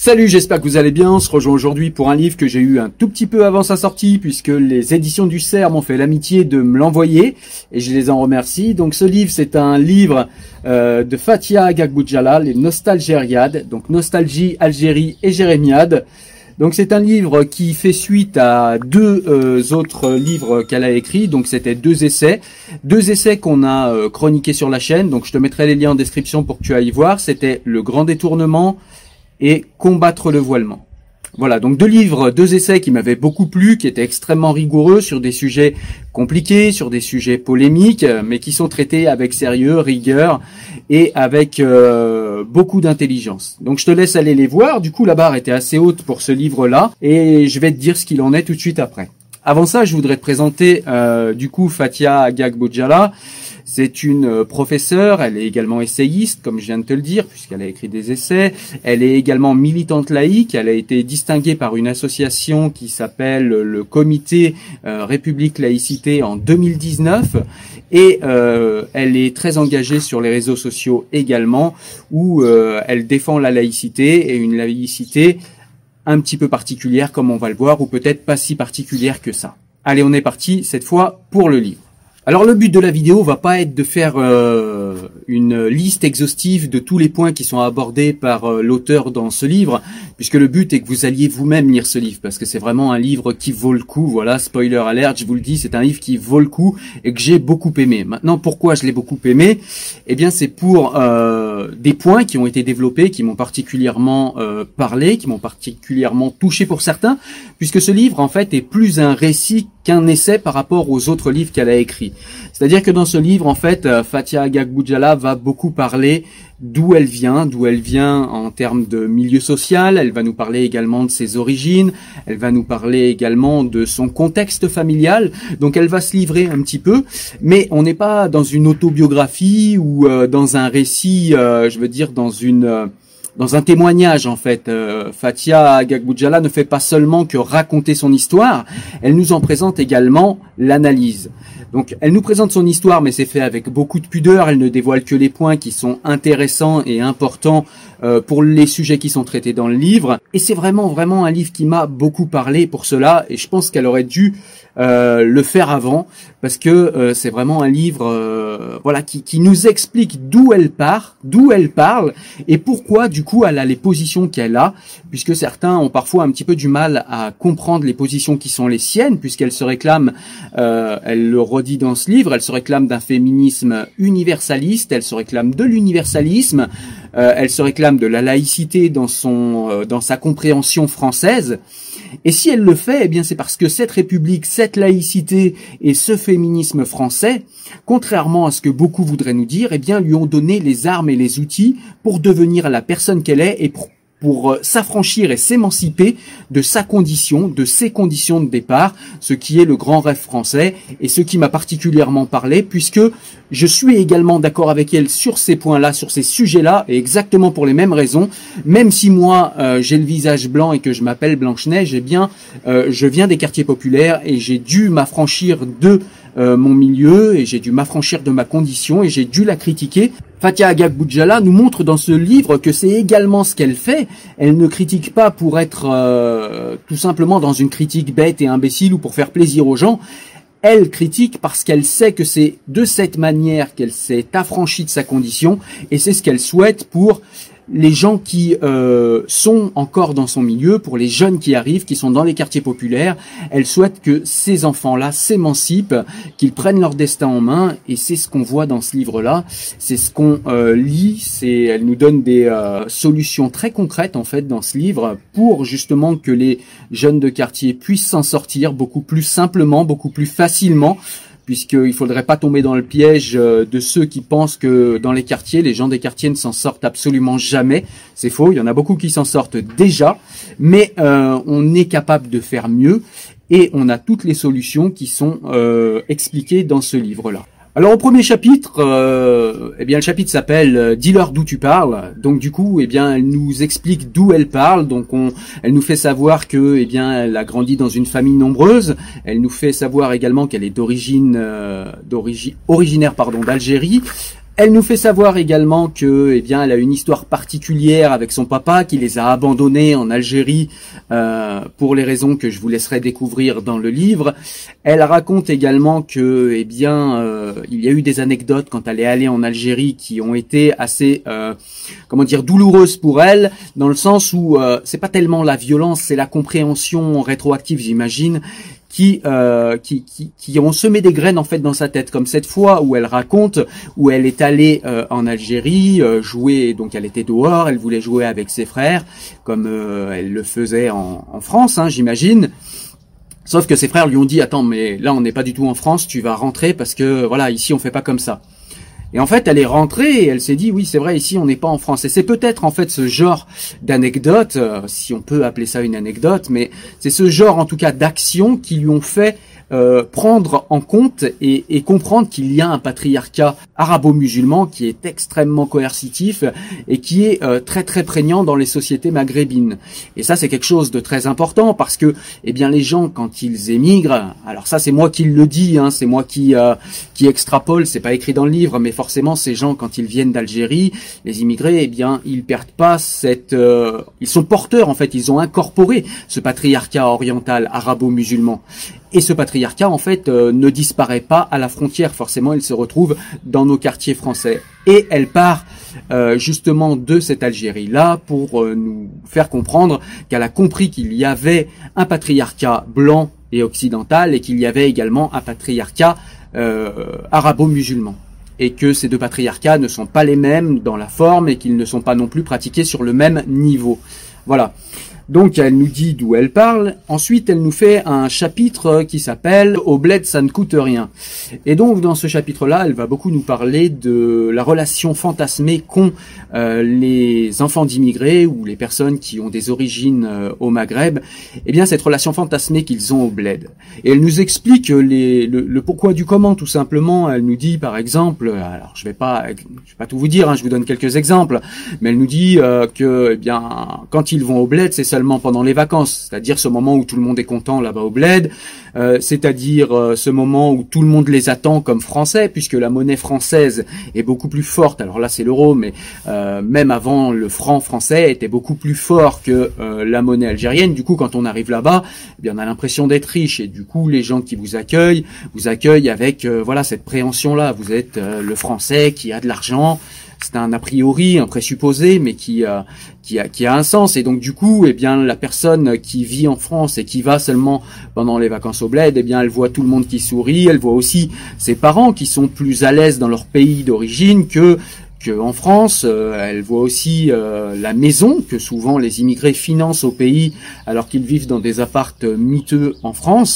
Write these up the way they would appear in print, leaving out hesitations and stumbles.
Salut, j'espère que vous allez bien. On se rejoint aujourd'hui pour un livre que j'ai eu un tout petit peu avant sa sortie puisque les éditions du Cerf m'ont fait l'amitié de me l'envoyer et je les en remercie. Donc ce livre, c'est un livre de Fathia Agag Boudjala, les Nostalgériades, donc Nostalgie, Algérie et Jérémiade. Donc c'est un livre qui fait suite à deux autres livres qu'elle a écrits. Donc c'était deux essais qu'on a chroniqués sur la chaîne. Donc je te mettrai les liens en description pour que tu ailles voir. C'était Le Grand Détournement et Combattre le voilement. Voilà, donc deux essais qui m'avaient beaucoup plu, qui étaient extrêmement rigoureux sur des sujets compliqués, sur des sujets polémiques, mais qui sont traités avec sérieux, rigueur et avec beaucoup d'intelligence. Donc je te laisse aller les voir. Du coup, la barre était assez haute pour ce livre-là et je vais te dire ce qu'il en est tout de suite après. Avant ça, je voudrais te présenter Fathia Agag Boudjala. C'est une professeure, elle est également essayiste, comme je viens de te le dire, puisqu'elle a écrit des essais. Elle est également militante laïque, elle a été distinguée par une association qui s'appelle le Comité République Laïcité en 2019. Et elle est très engagée sur les réseaux sociaux également, où elle défend la laïcité et une laïcité un petit peu particulière, comme on va le voir, ou peut-être pas si particulière que ça. Allez, on est parti cette fois pour le livre. Alors le but de la vidéo va pas être de faire une liste exhaustive de tous les points qui sont abordés par l'auteur dans ce livre, puisque le but est que vous alliez vous-même lire ce livre, parce que c'est vraiment un livre qui vaut le coup. Voilà, spoiler alert, je vous le dis, c'est un livre qui vaut le coup et que j'ai beaucoup aimé. Maintenant, pourquoi je l'ai beaucoup aimé? Eh bien, c'est pour des points qui ont été développés, qui m'ont particulièrement parlé, qui m'ont particulièrement touché pour certains, puisque ce livre, en fait, est plus un récit qu'un essai par rapport aux autres livres qu'elle a écrits. C'est-à-dire que dans ce livre, en fait, Fathia Agag Boudjala va beaucoup parler d'où elle vient en termes de milieu social. Elle va nous parler également de ses origines. Elle va nous parler également de son contexte familial. Donc elle va se livrer un petit peu, mais on n'est pas dans une autobiographie ou dans un récit, dans un témoignage, en fait. Fathia Agag Boudjala ne fait pas seulement que raconter son histoire, elle nous en présente également l'analyse. Donc elle nous présente son histoire, mais c'est fait avec beaucoup de pudeur. Elle ne dévoile que les points qui sont intéressants et importants pour les sujets qui sont traités dans le livre. Et c'est vraiment un livre qui m'a beaucoup parlé pour cela, et je pense qu'elle aurait dû le faire avant, parce que c'est vraiment un livre qui nous explique d'où elle parle et pourquoi du coup elle a les positions qu'elle a, puisque certains ont parfois un petit peu du mal à comprendre les positions qui sont les siennes, puisqu'elle se réclame, elle le redit dans ce livre, elle se réclame d'un féminisme universaliste, elle se réclame de l'universalisme, elle se réclame de la laïcité dans sa compréhension française. Et si elle le fait, eh bien c'est parce que cette république, cette laïcité et ce féminisme français, contrairement à ce que beaucoup voudraient nous dire, eh bien lui ont donné les armes et les outils pour devenir la personne qu'elle est et pour s'affranchir et s'émanciper de sa condition, de ses conditions de départ, ce qui est le grand rêve français et ce qui m'a particulièrement parlé, puisque je suis également d'accord avec elle sur ces points-là, sur ces sujets-là, et exactement pour les mêmes raisons. Même si moi, j'ai le visage blanc et que je m'appelle Blanche-Neige, eh bien, je viens des quartiers populaires et j'ai dû m'affranchir de mon milieu et j'ai dû m'affranchir de ma condition et j'ai dû la critiquer. Fathia Agag Boudjala nous montre dans ce livre que c'est également ce qu'elle fait. Elle ne critique pas pour être tout simplement dans une critique bête et imbécile ou pour faire plaisir aux gens. Elle critique parce qu'elle sait que c'est de cette manière qu'elle s'est affranchie de sa condition et c'est ce qu'elle souhaite pour les gens qui sont encore dans son milieu, pour les jeunes qui arrivent, qui sont dans les quartiers populaires. Elle souhaite que ces enfants-là s'émancipent, qu'ils prennent leur destin en main, et c'est ce qu'on voit dans ce livre-là, c'est ce qu'on lit, elle nous donne des solutions très concrètes en fait dans ce livre pour justement que les jeunes de quartier puissent s'en sortir beaucoup plus simplement, beaucoup plus facilement, puisqu'il ne faudrait pas tomber dans le piège de ceux qui pensent que dans les quartiers, les gens des quartiers ne s'en sortent absolument jamais. C'est faux, il y en a beaucoup qui s'en sortent déjà, mais on est capable de faire mieux et on a toutes les solutions qui sont expliquées dans ce livre-là. Alors au premier chapitre, le chapitre s'appelle Dis-leur d'où tu parles. Donc du coup, elle nous explique d'où elle parle. Donc elle nous fait savoir que elle a grandi dans une famille nombreuse. Elle nous fait savoir également qu'elle est originaire d'Algérie. Elle nous fait savoir également que, eh bien, elle a une histoire particulière avec son papa, qui les a abandonnés en Algérie pour les raisons que je vous laisserai découvrir dans le livre. Elle raconte également que, eh bien, il y a eu des anecdotes quand elle est allée en Algérie qui ont été assez, douloureuses pour elle, dans le sens où c'est pas tellement la violence, c'est la compréhension rétroactive, j'imagine, qui ont semé des graines en fait dans sa tête, comme cette fois où elle raconte où elle est allée en Algérie jouer, donc elle était dehors, elle voulait jouer avec ses frères comme elle le faisait en France, j'imagine. Sauf que ses frères lui ont dit attends, mais là on n'est pas du tout en France, tu vas rentrer parce que voilà, ici on fait pas comme ça. Et en fait, elle est rentrée et elle s'est dit, oui, c'est vrai, ici, on n'est pas en France. Et c'est peut-être, en fait, ce genre d'anecdote, si on peut appeler ça une anecdote, mais c'est ce genre, en tout cas, d'action qui lui ont fait prendre en compte et comprendre qu'il y a un patriarcat arabo-musulman qui est extrêmement coercitif et qui est très très prégnant dans les sociétés maghrébines. Et ça, c'est quelque chose de très important parce que, eh bien, les gens quand ils émigrent, alors ça, c'est moi qui le dis, c'est moi qui extrapole, c'est pas écrit dans le livre, mais forcément, ces gens quand ils viennent d'Algérie, les immigrés, eh bien, ils perdent pas ils sont porteurs en fait, ils ont incorporé ce patriarcat oriental arabo-musulman. Et ce patriarcat, en fait, ne disparaît pas à la frontière. Forcément, il se retrouve dans nos quartiers français. Et elle part justement de cette Algérie-là pour nous faire comprendre qu'elle a compris qu'il y avait un patriarcat blanc et occidental et qu'il y avait également un patriarcat arabo-musulman. Et que ces deux patriarcats ne sont pas les mêmes dans la forme et qu'ils ne sont pas non plus pratiqués sur le même niveau. Voilà. Donc elle nous dit d'où elle parle. Ensuite, elle nous fait un chapitre qui s'appelle « Au bled, ça ne coûte rien ». Et donc dans ce chapitre-là, elle va beaucoup nous parler de la relation fantasmée qu'ont les enfants d'immigrés ou les personnes qui ont des origines au Maghreb. Eh bien, cette relation fantasmée qu'ils ont au bled. Et elle nous explique le pourquoi du comment, tout simplement. Elle nous dit, par exemple, alors je vais pas tout vous dire, je vous donne quelques exemples, mais elle nous dit que, eh bien, quand ils vont au bled, c'est seulement pendant les vacances, c'est-à-dire ce moment où tout le monde est content là-bas au bled, c'est-à-dire ce moment où tout le monde les attend comme français, puisque la monnaie française est beaucoup plus forte. Alors là, c'est l'euro, mais même avant, le franc français était beaucoup plus fort que la monnaie algérienne. Du coup, quand on arrive là-bas, eh bien, on a l'impression d'être riche, et du coup, les gens qui vous accueillent avec cette préhension-là. Vous êtes le français qui a de l'argent. C'est un a priori, un présupposé, mais qui a un sens. Et donc du coup, eh bien, la personne qui vit en France et qui va seulement pendant les vacances au bled, eh bien, elle voit tout le monde qui sourit. Elle voit aussi ses parents qui sont plus à l'aise dans leur pays d'origine que en France. Elle voit aussi la maison que souvent les immigrés financent au pays alors qu'ils vivent dans des appartes miteux en France.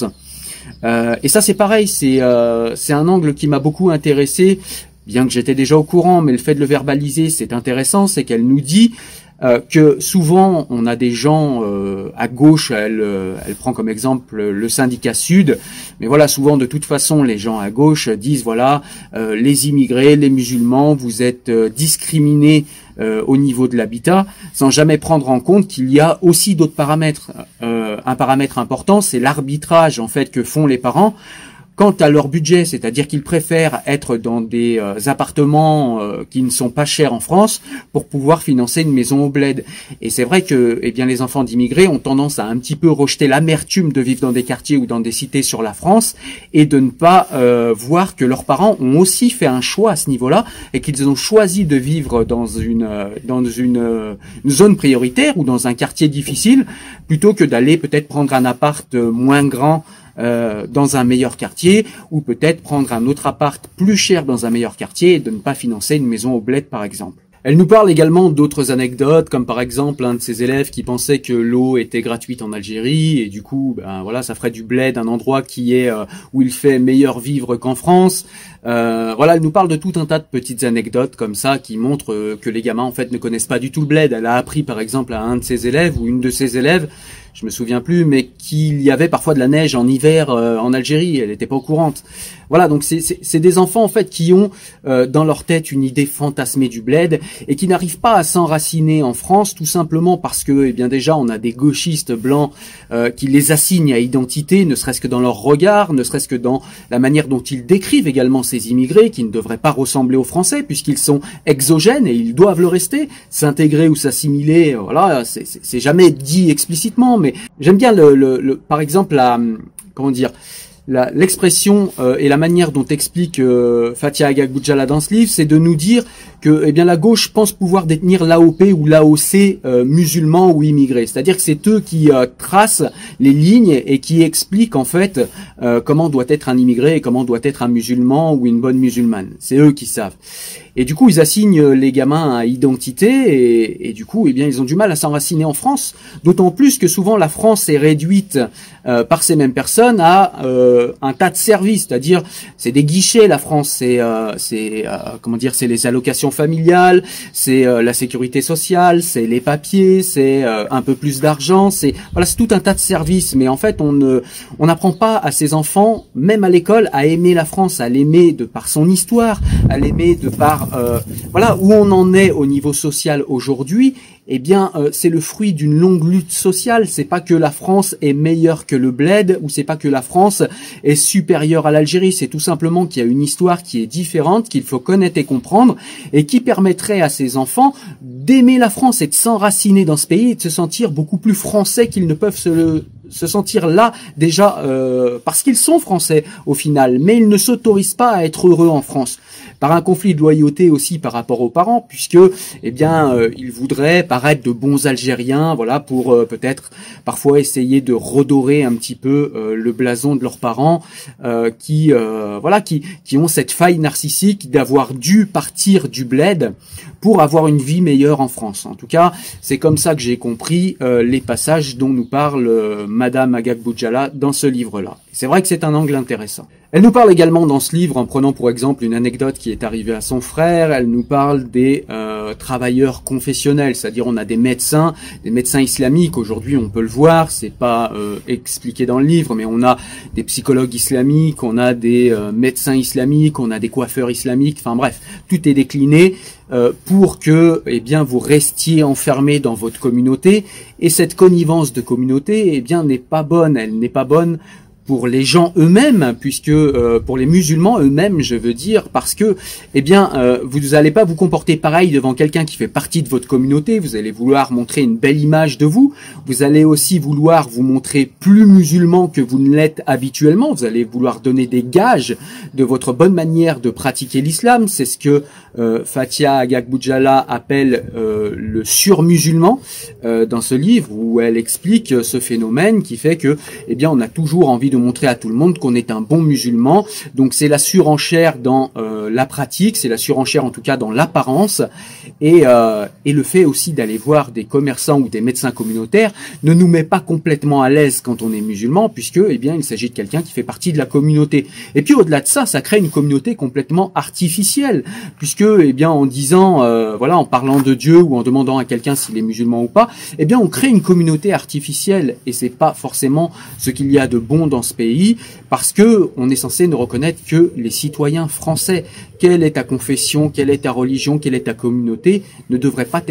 Et ça, c'est pareil. C'est un angle qui m'a beaucoup intéressé. Bien que j'étais déjà au courant, mais le fait de le verbaliser, c'est intéressant, c'est qu'elle nous dit que souvent on a des gens à gauche, elle prend comme exemple le syndicat Sud, mais voilà, souvent de toute façon les gens à gauche disent voilà, les immigrés, les musulmans, vous êtes discriminés au niveau de l'habitat, sans jamais prendre en compte qu'il y a aussi d'autres paramètres. Un paramètre important, c'est l'arbitrage en fait que font les parents quant à leur budget, c'est-à-dire qu'ils préfèrent être dans des appartements qui ne sont pas chers en France pour pouvoir financer une maison au bled. Et c'est vrai que, eh bien, les enfants d'immigrés ont tendance à un petit peu rejeter l'amertume de vivre dans des quartiers ou dans des cités sur la France et de ne pas voir que leurs parents ont aussi fait un choix à ce niveau-là et qu'ils ont choisi de vivre dans une zone prioritaire ou dans un quartier difficile plutôt que d'aller peut-être prendre un appart moins grand dans un meilleur quartier, ou peut-être prendre un autre appart plus cher dans un meilleur quartier et de ne pas financer une maison au bled par exemple. Elle nous parle également d'autres anecdotes, comme par exemple un de ses élèves qui pensait que l'eau était gratuite en Algérie et du coup, ça ferait du bled un endroit qui est où il fait meilleur vivre qu'en France. Elle nous parle de tout un tas de petites anecdotes comme ça qui montrent que les gamins en fait ne connaissent pas du tout le bled. Elle a appris par exemple à un de ses élèves ou une de ses élèves je me souviens plus, mais qu'il y avait parfois de la neige en hiver en Algérie. Elle n'était pas au courant. Voilà, donc c'est des enfants en fait qui ont dans leur tête une idée fantasmée du bled et qui n'arrivent pas à s'enraciner en France, tout simplement parce que, eh bien déjà, on a des gauchistes blancs qui les assignent à identité, ne serait-ce que dans leur regard, ne serait-ce que dans la manière dont ils décrivent également ces immigrés qui ne devraient pas ressembler aux Français puisqu'ils sont exogènes et ils doivent le rester, s'intégrer ou s'assimiler. Voilà, c'est jamais dit explicitement, mais j'aime bien par exemple comment dire. L'expression et la manière dont explique Fathia Agagboudjala dans ce livre, c'est de nous dire que eh bien la gauche pense pouvoir détenir l'AOP ou l'AOC musulmans ou immigrés. C'est-à-dire que c'est eux qui tracent les lignes et qui expliquent en fait comment doit être un immigré et comment doit être un musulman ou une bonne musulmane. C'est eux qui savent. Et du coup, ils assignent les gamins à identité et du coup, eh bien, ils ont du mal à s'enraciner en France. D'autant plus que souvent, la France est réduite par ces mêmes personnes à un tas de services. C'est-à-dire, c'est des guichets. La France, c'est comment dire, c'est les allocations familiales, c'est la sécurité sociale, c'est les papiers, c'est un peu plus d'argent. C'est tout un tas de services. Mais en fait, on n'apprend pas à ces enfants, même à l'école, à aimer la France, à l'aimer de par son histoire, à l'aimer de par voilà où on en est au niveau social aujourd'hui. Eh bien, c'est le fruit d'une longue lutte sociale. C'est pas que la France est meilleure que le bled, ou c'est pas que la France est supérieure à l'Algérie. C'est tout simplement qu'il y a une histoire qui est différente, qu'il faut connaître et comprendre, et qui permettrait à ces enfants d'aimer la France et de s'enraciner dans ce pays et de se sentir beaucoup plus français qu'ils ne peuvent se sentir là déjà parce qu'ils sont français au final, mais ils ne s'autorisent pas à être heureux en France. Par un conflit de loyauté aussi par rapport aux parents, puisque eh bien ils voudraient paraître de bons Algériens, voilà, pour peut-être parfois essayer de redorer un petit peu le blason de leurs parents qui ont cette faille narcissique d'avoir dû partir du bled pour avoir une vie meilleure en France. En tout cas, c'est comme ça que j'ai compris les passages dont nous parle Madame Agagboudjala dans ce livre-là. C'est vrai que c'est un angle intéressant. Elle nous parle également dans ce livre, en prenant pour exemple une anecdote qui est arrivée à son frère, elle nous parle des travailleurs confessionnels, c'est-à-dire on a des médecins islamiques, aujourd'hui on peut le voir, c'est pas expliqué dans le livre, mais on a des psychologues islamiques, on a des médecins islamiques, on a des coiffeurs islamiques, enfin bref, tout est décliné pour que eh bien vous restiez enfermés dans votre communauté, et cette connivence de communauté eh bien n'est pas bonne, elle n'est pas bonne pour les gens eux-mêmes, puisque pour les musulmans eux-mêmes, je veux dire, parce que, eh bien, vous n'allez pas vous comporter pareil devant quelqu'un qui fait partie de votre communauté. Vous allez vouloir montrer une belle image de vous. Vous allez aussi vouloir vous montrer plus musulman que vous ne l'êtes habituellement. Vous allez vouloir donner des gages de votre bonne manière de pratiquer l'islam. C'est ce que Fathia Agagboudjala appelle le surmusulman dans ce livre, où elle explique ce phénomène qui fait que, eh bien, on a toujours envie de montrer à tout le monde qu'on est un bon musulman. Donc c'est la surenchère dans la pratique, c'est la surenchère en tout cas dans l'apparence, et le fait aussi d'aller voir des commerçants ou des médecins communautaires ne nous met pas complètement à l'aise quand on est musulman, puisque eh bien il s'agit de quelqu'un qui fait partie de la communauté. Et puis au-delà de ça, ça crée une communauté complètement artificielle, puisque eh bien en disant voilà, en parlant de Dieu ou en demandant à quelqu'un s'il est musulman ou pas, eh bien on crée une communauté artificielle, et c'est pas forcément ce qu'il y a de bon dans ce pays, parce que on est censé ne reconnaître que les citoyens français. Quelle est ta confession, quelle est ta religion, quelle est ta communauté ne devrait pas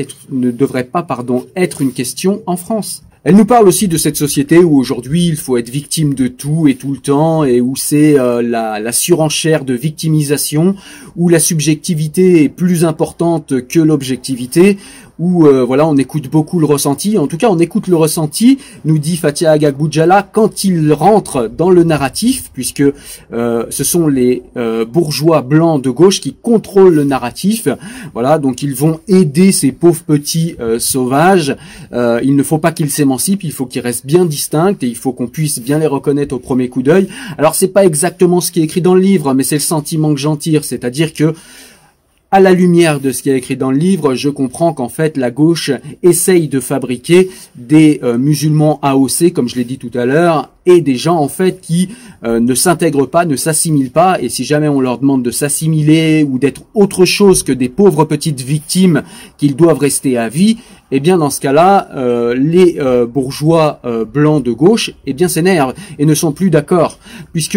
être une question en France. Elle nous parle aussi de cette société où aujourd'hui il faut être victime de tout et tout le temps, et où c'est la surenchère de victimisation, où la subjectivité est plus importante que l'objectivité, où voilà, on écoute beaucoup le ressenti. En tout cas, on écoute le ressenti, nous dit Fathia Agagboudjala, quand il rentre dans le narratif, puisque ce sont les bourgeois blancs de gauche qui contrôlent le narratif. Voilà, donc ils vont aider ces pauvres petits sauvages. Il ne faut pas qu'ils s'émancipent, il faut qu'ils restent bien distincts, et il faut qu'on puisse bien les reconnaître au premier coup d'œil. Alors c'est pas exactement ce qui est écrit dans le livre, mais c'est le sentiment que j'en tire, c'est-à-dire que À la lumière de ce qui est écrit dans le livre, je comprends qu'en fait la gauche essaye de fabriquer des musulmans AOC, comme je l'ai dit tout à l'heure, et des gens en fait qui ne s'intègrent pas, ne s'assimilent pas, et si jamais on leur demande de s'assimiler ou d'être autre chose que des pauvres petites victimes qu'ils doivent rester à vie, eh bien dans ce cas-là, les bourgeois blancs de gauche, eh bien s'énervent et ne sont plus d'accord, puisque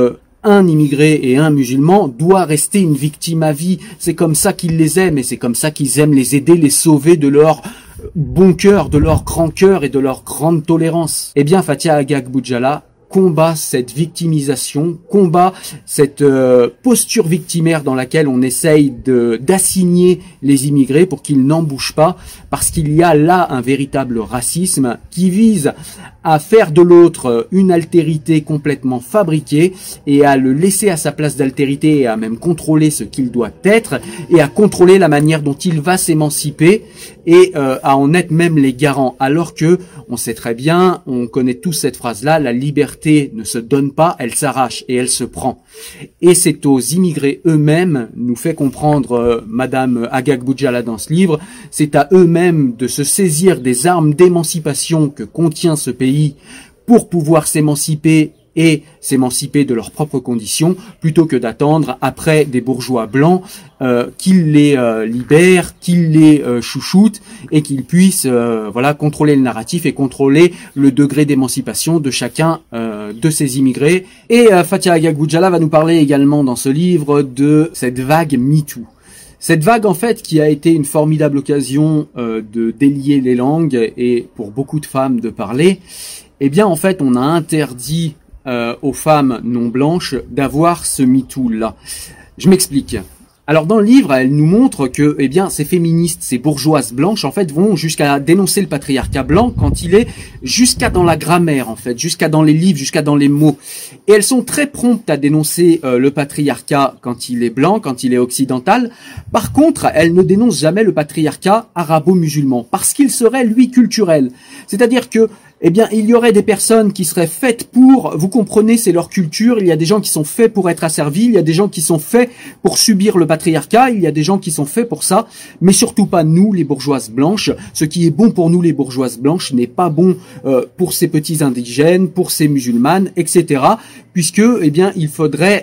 un immigré et un musulman doit rester une victime à vie. C'est comme ça qu'ils les aiment et c'est comme ça qu'ils aiment les aider, les sauver de leur bon cœur, de leur grand cœur et de leur grande tolérance. Eh bien, Fathia Agag Boudjala combat cette victimisation, combat cette posture victimaire dans laquelle on essaye d'assigner les immigrés pour qu'ils n'en bougent pas, parce qu'il y a là un véritable racisme qui vise à faire de l'autre une altérité complètement fabriquée et à le laisser à sa place d'altérité et à même contrôler ce qu'il doit être et à contrôler la manière dont il va s'émanciper et à en être même les garants, alors que on sait très bien, on connaît tous cette phrase-là, la liberté ne se donne pas, elle s'arrache et elle se prend. Et c'est aux immigrés eux-mêmes, nous fait comprendre Madame Agag Boudjala dans ce livre, c'est à eux-mêmes de se saisir des armes d'émancipation que contient ce pays pour pouvoir s'émanciper et s'émanciper de leurs propres conditions, plutôt que d'attendre après des bourgeois blancs qu'ils les libèrent, qu'ils les chouchoutent et qu'ils puissent voilà contrôler le narratif et contrôler le degré d'émancipation de chacun de ces immigrés. Et Fathia Agag Boudjala va nous parler également dans ce livre de cette vague MeToo. Cette vague, en fait, qui a été une formidable occasion de délier les langues et pour beaucoup de femmes de parler, eh bien, en fait, on a interdit aux femmes non blanches d'avoir ce MeToo-là. Je m'explique. Alors dans le livre, elle nous montre que, eh bien, ces féministes, ces bourgeoises blanches, en fait, vont jusqu'à dénoncer le patriarcat blanc quand il est jusqu'à dans la grammaire, en fait, jusqu'à dans les livres, jusqu'à dans les mots. Et elles sont très promptes à dénoncer le patriarcat quand il est blanc, quand il est occidental. Par contre, elles ne dénoncent jamais le patriarcat arabo-musulman, parce qu'il serait, lui, culturel. C'est-à-dire que eh bien, il y aurait des personnes qui seraient faites pour, vous comprenez, c'est leur culture, il y a des gens qui sont faits pour être asservis, il y a des gens qui sont faits pour subir le patriarcat, il y a des gens qui sont faits pour ça, mais surtout pas nous, les bourgeoises blanches. Ce qui est bon pour nous, les bourgeoises blanches, n'est pas bon pour ces petits indigènes, pour ces musulmanes, etc., puisque, eh bien, il faudrait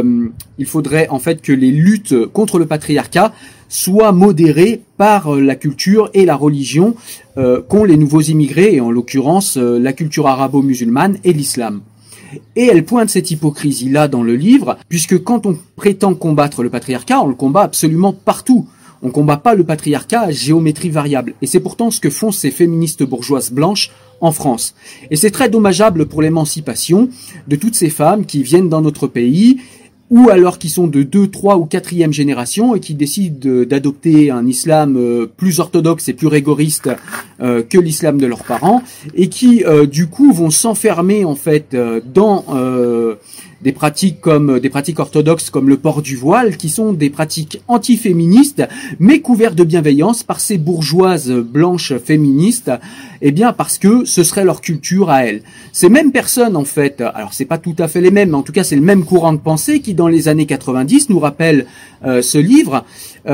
en fait que les luttes contre le patriarcat soient modérées par la culture et la religion qu'ont les nouveaux immigrés, et en l'occurrence la culture arabo-musulmane et l'islam. Et elle pointe cette hypocrisie-là dans le livre, puisque quand on prétend combattre le patriarcat, on le combat absolument partout. On combat pas le patriarcat à géométrie variable. Et c'est pourtant ce que font ces féministes bourgeoises blanches en France. Et c'est très dommageable pour l'émancipation de toutes ces femmes qui viennent dans notre pays, ou alors qui sont de 2, 3 ou 4e génération et qui décident d'adopter un islam plus orthodoxe et plus rigoriste que l'islam de leurs parents, et qui du coup vont s'enfermer en fait dans des pratiques orthodoxes comme le port du voile, qui sont des pratiques antiféministes, mais couvertes de bienveillance par ces bourgeoises blanches féministes, eh bien parce que ce serait leur culture à elles. Ces mêmes personnes, en fait, alors c'est pas tout à fait les mêmes, mais en tout cas c'est le même courant de pensée qui, dans les années 90, nous rappelle ce livre.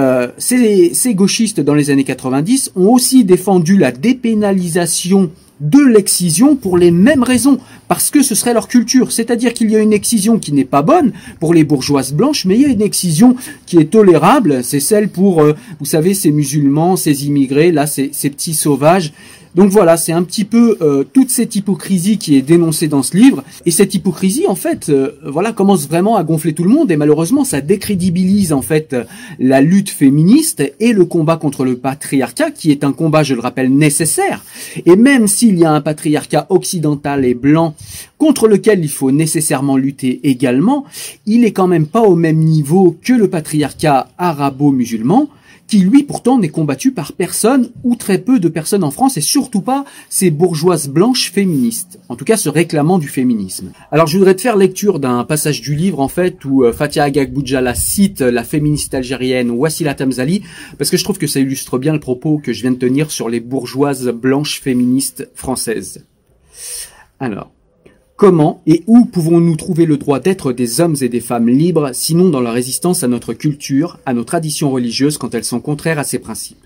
Ces gauchistes, dans les années 90, ont aussi défendu la dépénalisation de l'excision pour les mêmes raisons, parce que ce serait leur culture. C'est-à-dire qu'il y a une excision qui n'est pas bonne pour les bourgeoises blanches, mais il y a une excision qui est tolérable, c'est celle pour, vous savez, ces musulmans, ces immigrés, là, ces petits sauvages. Donc voilà, c'est un petit peu toute cette hypocrisie qui est dénoncée dans ce livre. Et cette hypocrisie, en fait, voilà, commence vraiment à gonfler tout le monde. Et malheureusement, ça décrédibilise en fait la lutte féministe et le combat contre le patriarcat, qui est un combat, je le rappelle, nécessaire. Et même s'il y a un patriarcat occidental et blanc contre lequel il faut nécessairement lutter également, il est quand même pas au même niveau que le patriarcat arabo-musulman, qui lui pourtant n'est combattu par personne ou très peu de personnes en France, et surtout pas ces bourgeoises blanches féministes, en tout cas se réclamant du féminisme. Alors je voudrais te faire lecture d'un passage du livre en fait où Fathia Agag Boudjala cite la féministe algérienne Wassila Tamzali, parce que je trouve que ça illustre bien le propos que je viens de tenir sur les bourgeoises blanches féministes françaises. Alors, Comment et où pouvons-nous trouver le droit d'être des hommes et des femmes libres, sinon dans la résistance à notre culture, à nos traditions religieuses quand elles sont contraires à ces principes?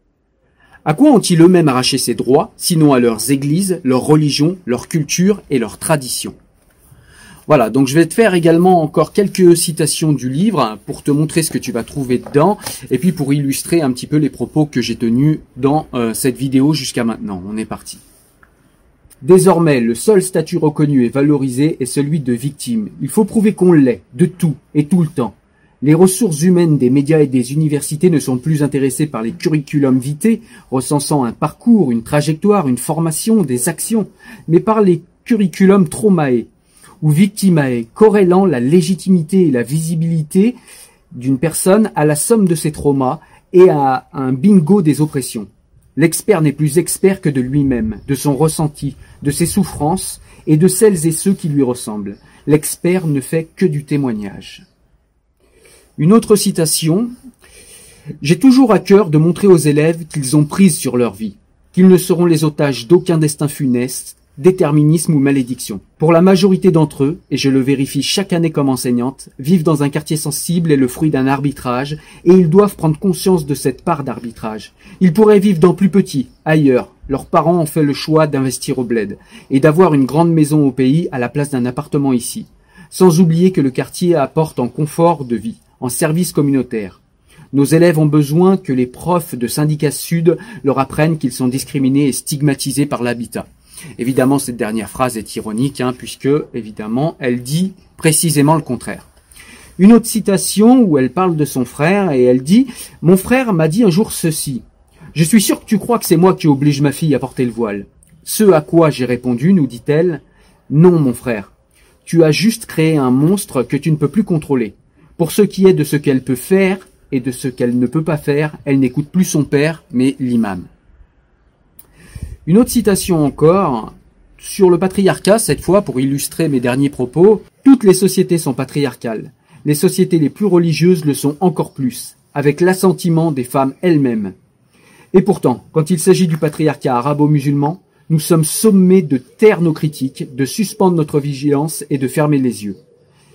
À quoi ont-ils eux-mêmes arraché ces droits, sinon à leurs églises, leur religion, leur culture et leurs traditions? Voilà, donc je vais te faire également encore quelques citations du livre pour te montrer ce que tu vas trouver dedans et puis pour illustrer un petit peu les propos que j'ai tenus dans cette vidéo jusqu'à maintenant. On est parti. Désormais, le seul statut reconnu et valorisé est celui de victime. Il faut prouver qu'on l'est, de tout et tout le temps. Les ressources humaines des médias et des universités ne sont plus intéressées par les curriculum vitae, recensant un parcours, une trajectoire, une formation, des actions, mais par les curriculum traumae, ou victimae, corrélant la légitimité et la visibilité d'une personne à la somme de ses traumas et à un bingo des oppressions. L'expert n'est plus expert que de lui-même, de son ressenti, de ses souffrances et de celles et ceux qui lui ressemblent. L'expert ne fait que du témoignage. Une autre citation. J'ai toujours à cœur de montrer aux élèves qu'ils ont prise sur leur vie, qu'ils ne seront les otages d'aucun destin funeste, déterminisme ou malédiction. Pour la majorité d'entre eux, et je le vérifie chaque année comme enseignante, vivent dans un quartier sensible et le fruit d'un arbitrage, et ils doivent prendre conscience de cette part d'arbitrage. Ils pourraient vivre dans plus petit, ailleurs. Leurs parents ont fait le choix d'investir au bled, et d'avoir une grande maison au pays à la place d'un appartement ici. Sans oublier que le quartier apporte en confort de vie, en service communautaire. Nos élèves ont besoin que les profs de syndicat sud leur apprennent qu'ils sont discriminés et stigmatisés par l'habitat. Évidemment, cette dernière phrase est ironique, puisque, évidemment, elle dit précisément le contraire. Une autre citation où elle parle de son frère et elle dit « Mon frère m'a dit un jour ceci. Je suis sûr que tu crois que c'est moi qui oblige ma fille à porter le voile. Ce à quoi j'ai répondu, nous dit-elle, non, mon frère. Tu as juste créé un monstre que tu ne peux plus contrôler. Pour ce qui est de ce qu'elle peut faire et de ce qu'elle ne peut pas faire, elle n'écoute plus son père, mais l'imam. » Une autre citation encore, sur le patriarcat, cette fois pour illustrer mes derniers propos. Toutes les sociétés sont patriarcales. Les sociétés les plus religieuses le sont encore plus, avec l'assentiment des femmes elles-mêmes. Et pourtant, quand il s'agit du patriarcat arabo-musulman, nous sommes sommés de taire nos critiques, de suspendre notre vigilance et de fermer les yeux.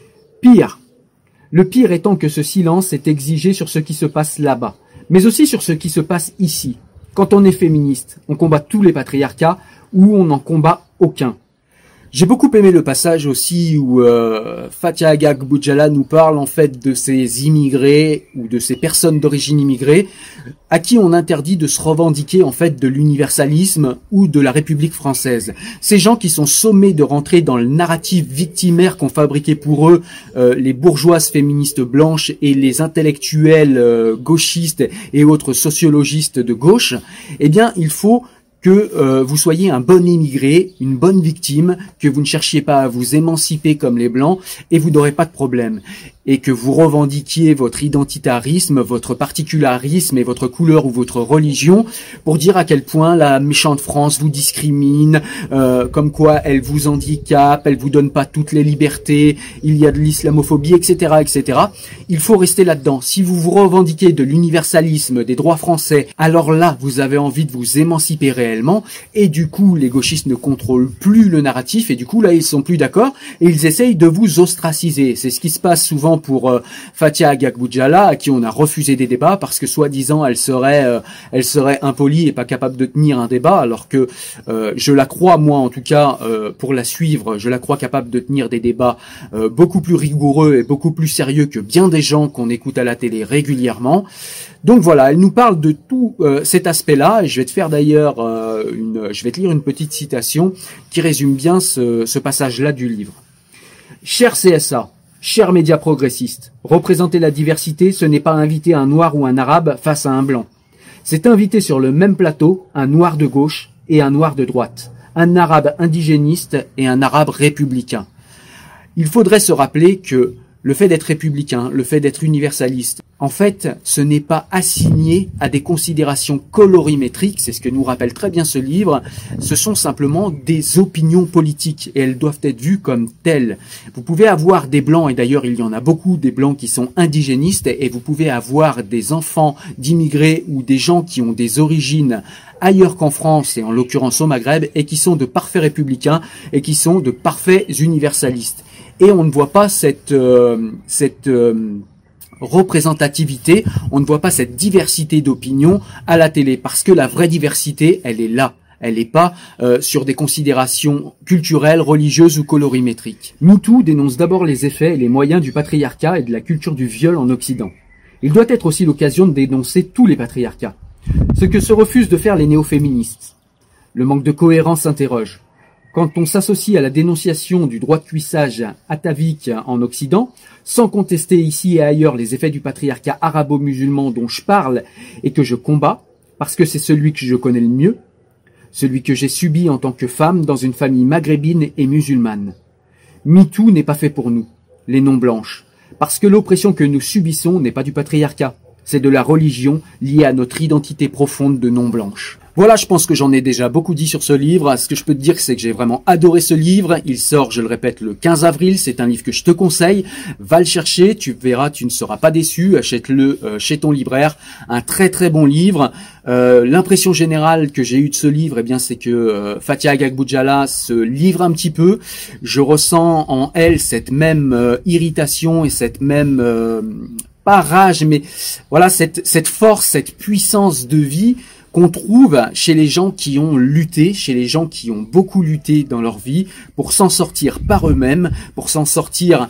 Pire, le pire étant que ce silence est exigé sur ce qui se passe là-bas, mais aussi sur ce qui se passe ici. Quand on est féministe, on combat tous les patriarcats ou on n'en combat aucun. J'ai beaucoup aimé le passage aussi où Fathia Agag Boudjala nous parle en fait de ces immigrés ou de ces personnes d'origine immigrée à qui on interdit de se revendiquer en fait de l'universalisme ou de la République française. Ces gens qui sont sommés de rentrer dans le narratif victimaire qu'ont fabriqué pour eux les bourgeoises féministes blanches et les intellectuels gauchistes et autres sociologistes de gauche, eh bien il faut que vous soyez un bon immigré, une bonne victime, que vous ne cherchiez pas à vous émanciper comme les Blancs et vous n'aurez pas de problème. Et que vous revendiquiez votre identitarisme, votre particularisme et votre couleur ou votre religion pour dire à quel point la méchante France vous discrimine, comme quoi elle vous handicape, elle vous donne pas toutes les libertés, il y a de l'islamophobie, etc., etc. Il faut rester là-dedans. Si vous vous revendiquez de l'universalisme, des droits français, alors là, vous avez envie de vous émanciper réellement et du coup, les gauchistes ne contrôlent plus le narratif et du coup, là, ils sont plus d'accord et ils essayent de vous ostraciser. C'est ce qui se passe souvent pour Fathia Agag Boudjala, à qui on a refusé des débats parce que soi-disant elle serait impolie et pas capable de tenir un débat, alors que je la crois, moi en tout cas, pour la suivre, je la crois capable de tenir des débats beaucoup plus rigoureux et beaucoup plus sérieux que bien des gens qu'on écoute à la télé régulièrement. Donc voilà, elle nous parle de tout cet aspect-là, et je vais te faire d'ailleurs je vais te lire une petite citation qui résume bien ce passage-là du livre. Cher CSA, chers médias progressistes, représenter la diversité, ce n'est pas inviter un noir ou un arabe face à un blanc. C'est inviter sur le même plateau un noir de gauche et un noir de droite, un arabe indigéniste et un arabe républicain. Il faudrait se rappeler que le fait d'être républicain, le fait d'être universaliste, en fait, ce n'est pas assigné à des considérations colorimétriques, c'est ce que nous rappelle très bien ce livre, ce sont simplement des opinions politiques et elles doivent être vues comme telles. Vous pouvez avoir des blancs, et d'ailleurs il y en a beaucoup, des blancs qui sont indigénistes, et vous pouvez avoir des enfants d'immigrés ou des gens qui ont des origines ailleurs qu'en France, et en l'occurrence au Maghreb, et qui sont de parfaits républicains et qui sont de parfaits universalistes. Et on ne voit pas cette représentativité, on ne voit pas cette diversité d'opinions à la télé, parce que la vraie diversité, elle est là. Elle n'est pas sur des considérations culturelles, religieuses ou colorimétriques. MeToo dénonce d'abord les effets et les moyens du patriarcat et de la culture du viol en Occident. Il doit être aussi l'occasion de dénoncer tous les patriarcats. Ce que se refusent de faire les néo-féministes. Le manque de cohérence s'interroge. Quand on s'associe à la dénonciation du droit de cuissage atavique en Occident, sans contester ici et ailleurs les effets du patriarcat arabo-musulman dont je parle et que je combats, parce que c'est celui que je connais le mieux, celui que j'ai subi en tant que femme dans une famille maghrébine et musulmane. MeToo n'est pas fait pour nous, les non-blanches, parce que l'oppression que nous subissons n'est pas du patriarcat, c'est de la religion liée à notre identité profonde de non-blanche. Voilà, je pense que j'en ai déjà beaucoup dit sur ce livre. Ce que je peux te dire, c'est que j'ai vraiment adoré ce livre. Il sort, je le répète, le 15 avril. C'est un livre que je te conseille. Va le chercher, tu verras, tu ne seras pas déçu. Achète-le chez ton libraire. Un très très bon livre. L'impression générale que j'ai eue de ce livre, eh bien, c'est que Fathia Agagboudjalla se livre un petit peu. Je ressens en elle cette même irritation et cette même pas rage, mais voilà cette force, cette puissance de vie qu'on trouve chez les gens qui ont lutté, chez les gens qui ont beaucoup lutté dans leur vie pour s'en sortir par eux-mêmes, pour s'en sortir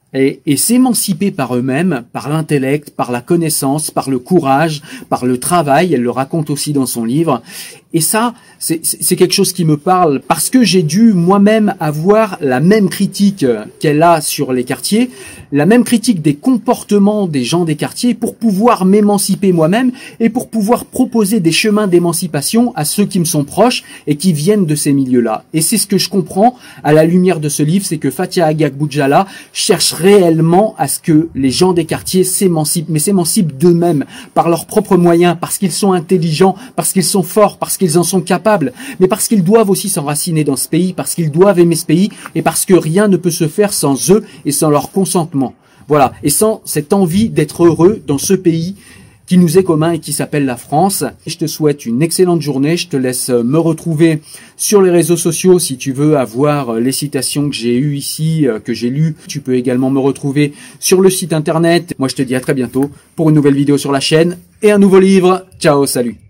et s'émanciper par eux-mêmes, par l'intellect, par la connaissance, par le courage, par le travail. Elle le raconte aussi dans son livre. Et ça, c'est quelque chose qui me parle parce que j'ai dû moi-même avoir la même critique qu'elle a sur les quartiers, la même critique des comportements des gens des quartiers pour pouvoir m'émanciper moi-même et pour pouvoir proposer des chemins d'émancipation à ceux qui me sont proches et qui viennent de ces milieux-là. Et c'est ce que je comprends à la lumière de ce livre, c'est que Fathia Agagboudjalla cherche réellement à ce que les gens des quartiers s'émancipent, mais s'émancipent d'eux-mêmes par leurs propres moyens, parce qu'ils sont intelligents, parce qu'ils sont forts, parce qu'ils en sont capables, mais parce qu'ils doivent aussi s'enraciner dans ce pays, parce qu'ils doivent aimer ce pays, et parce que rien ne peut se faire sans eux et sans leur consentement. Voilà, et sans cette envie d'être heureux dans ce pays qui nous est commun et qui s'appelle la France. Je te souhaite une excellente journée. Je te laisse me retrouver sur les réseaux sociaux si tu veux avoir les citations que j'ai eues ici, que j'ai lues. Tu peux également me retrouver sur le site internet. Moi, je te dis à très bientôt pour une nouvelle vidéo sur la chaîne et un nouveau livre. Ciao, salut.